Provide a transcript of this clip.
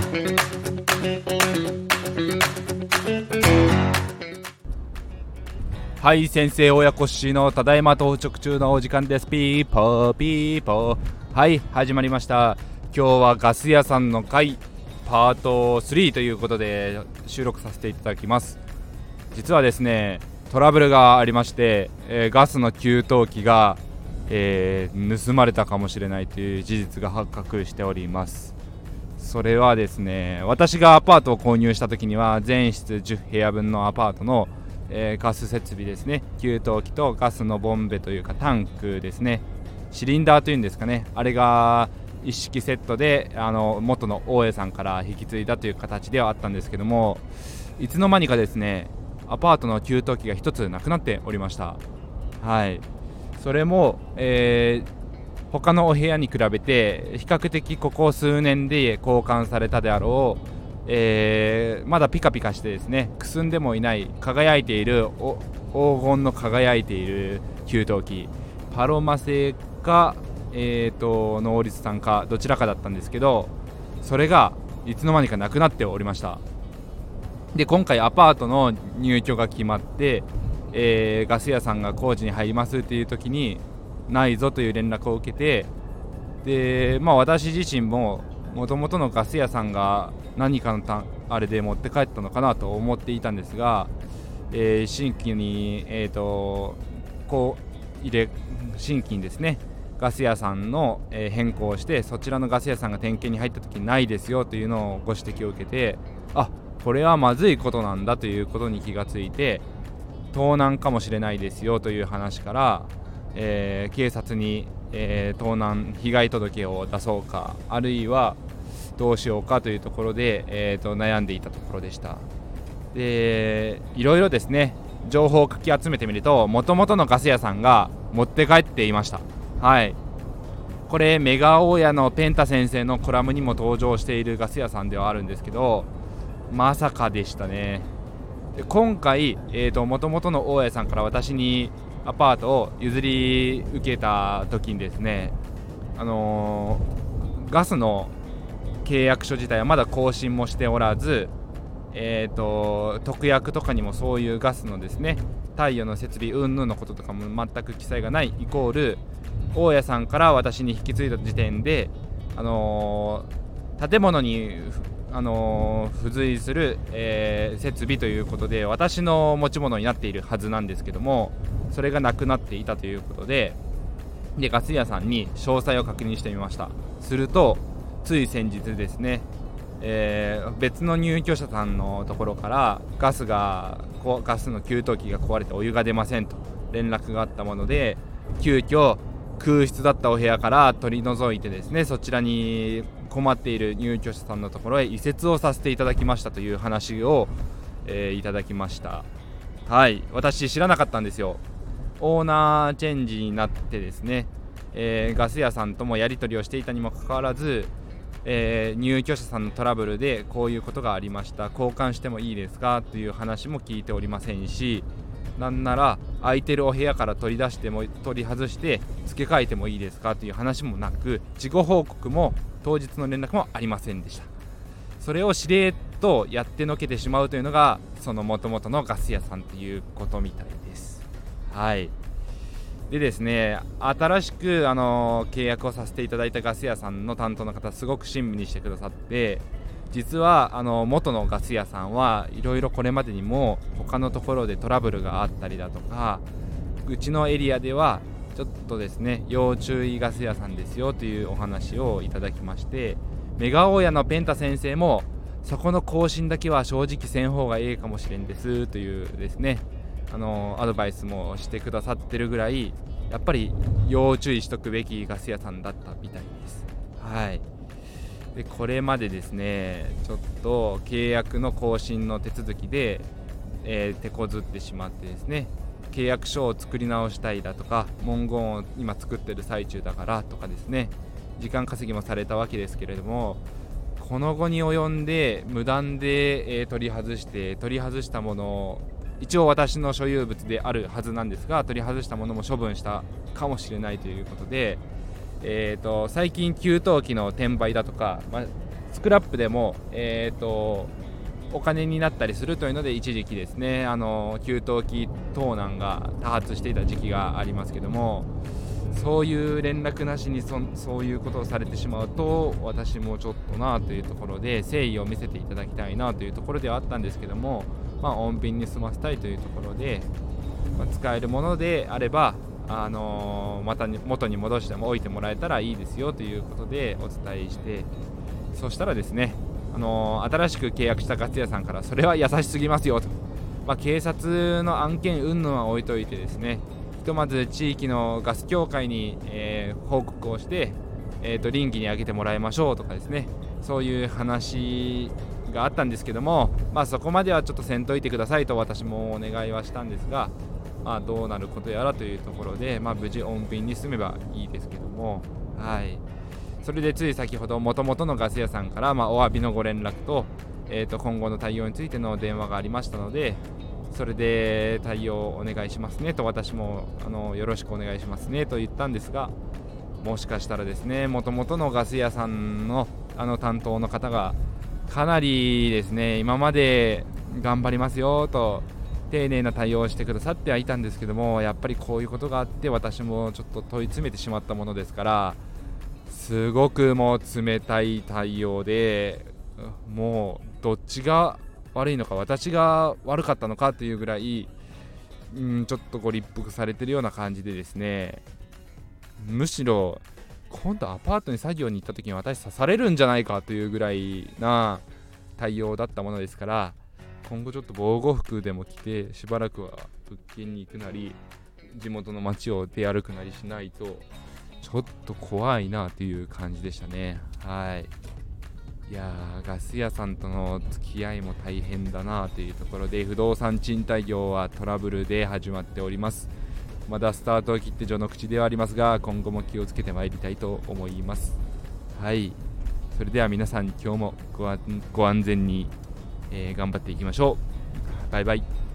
はい、先生親子氏のただいま到着中のお時間です。ピーポーピーポー。はい、始まりました。今日はガス屋さんの回パート3ということで収録させていただきます。実はですね、トラブルがありまして、ガスの給湯器が、盗まれたかもしれないという事実が発覚しております。それはですね、私がアパートを購入した時には全室10部屋分のアパートのガス設備ですね、給湯器とガスのボンベというかタンクですね、シリンダーというんですかね、あれが一式セットで元の大家さんから引き継いだという形ではあったんですけども、いつの間にかですね、アパートの給湯器が一つなくなっておりました。はい、それも、他のお部屋に比べて比較的ここ数年で交換されたであろう、まだピカピカしてですね、くすんでもいない輝いている黄金の輝いている給湯器、パロマ製か、ノーリスさんかどちらかだったんですけど、それがいつの間にかなくなっておりました。で、今回アパートの入居が決まって、ガス屋さんが工事に入りますっていう時にないぞという連絡を受けて、で、私自身ももともとのガス屋さんが何かのあれで持って帰ったのかなと思っていたんですが、新規に、新規にですね、ガス屋さんの、変更をして、そちらのガス屋さんが点検に入った時にないですよというのをご指摘を受けて、これはまずいことなんだということに気がついて、盗難かもしれないですよという話から、警察に、盗難被害届を出そうか、あるいはどうしようかというところで、悩んでいたところでした。で、いろいろですね、情報をかき集めてみると、元々のガス屋さんが持って帰っていました。はい、これメガ大家のペンタ先生のコラムにも登場しているガス屋さんではあるんですけど、まさかでしたね。で、今回、元々の大家さんから私にアパートを譲り受けた時にですね、ガスの契約書自体はまだ更新もしておらず、特約とかにもそういうガスのですね、貸与の設備云々のこととかも全く記載がない、イコール大家さんから私に引き継いだ時点で、建物に付随する、設備ということで私の持ち物になっているはずなんですけども、それがなくなっていたということで、ガス屋さんに詳細を確認してみました。するとつい先日ですね、別の入居者さんのところからガスの給湯器が壊れてお湯が出ませんと連絡があったもので、急遽空室だったお部屋から取り除いてですね、そちらに困っている入居者さんのところへ移設をさせていただきましたという話を、いただきました。はい、私知らなかったんですよ。オーナーチェンジになってですね、ガス屋さんともやり取りをしていたにもかかわらず、入居者さんのトラブルでこういうことがありました、交換してもいいですかという話も聞いておりませんし、なんなら空いてるお部屋から取り外して付け替えてもいいですかという話もなく、事後報告も当日の連絡もありませんでした。それをしれっとやってのけてしまうというのがその元々のガス屋さんということみたいです。はい。でですね、新しく契約をさせていただいたガス屋さんの担当の方、すごく親身にしてくださって、実は元のガス屋さんはいろいろこれまでにも他のところでトラブルがあったりだとか、うちのエリアではちょっとですね、要注意ガス屋さんですよというお話をいただきまして、メガ大家のペンタ先生もそこの更新だけは正直せん方がいいかもしれんですというですね、アドバイスもしてくださってるぐらい、やっぱり要注意しとくべきガス屋さんだったみたいです。はい。で、これまでですね、ちょっと契約の更新の手続きで、手こずってしまってですね、契約書を作り直したいだとか、文言を今作ってる最中だからとかですね、時間稼ぎもされたわけですけれども、この後に及んで無断で、取り外したものを、一応私の所有物であるはずなんですが、取り外したものも処分したかもしれないということで、最近給湯器の転売だとか、 スクラップでも、お金になったりするというので、一時期ですね、給湯器盗難が多発していた時期がありますけども、そういう連絡なしにそういうことをされてしまうと、私もちょっとなというところで誠意を見せていただきたいなというところではあったんですけども、穏便に済ませたいというところで、使えるものであれば、また元に戻しても置いてもらえたらいいですよということでお伝えして、そしたらですね、新しく契約したガス屋さんから、それは優しすぎますよと、警察の案件云々は置いといてですね、ひとまず地域のガス協会に、報告をして、臨機に上げてもらいましょうとかですね、そういう話があったんですけども、そこまではちょっとせんといてくださいと私もお願いはしたんですが、どうなることやらというところで、無事穏便に済めばいいですけども、はい。それでつい先ほど元々のガス屋さんから、お詫びのご連絡と、今後の対応についての電話がありましたので、それで対応お願いしますねと、私もよろしくお願いしますねと言ったんですが、もしかしたらですね、元々のガス屋さんの担当の方がかなりですね、今まで頑張りますよと丁寧な対応をしてくださってはいたんですけども、やっぱりこういうことがあって私もちょっと問い詰めてしまったものですから、すごくもう冷たい対応で、もうどっちが悪いのか、私が悪かったのかというぐらい、ちょっとご立腹されてるような感じでですね、むしろ今度アパートに作業に行った時に私刺されるんじゃないかというぐらいな対応だったものですから、今後ちょっと防護服でも着てしばらくは物件に行くなり地元の街を出歩くなりしないとちょっと怖いなという感じでしたね。はい。いやー、ガス屋さんとの付き合いも大変だなというところで、不動産賃貸業はトラブルで始まっております。まだスタートを切って序の口ではありますが、今後も気をつけてまいりたいと思います。はい。それでは皆さん、今日もご安全に、頑張っていきましょう。バイバイ。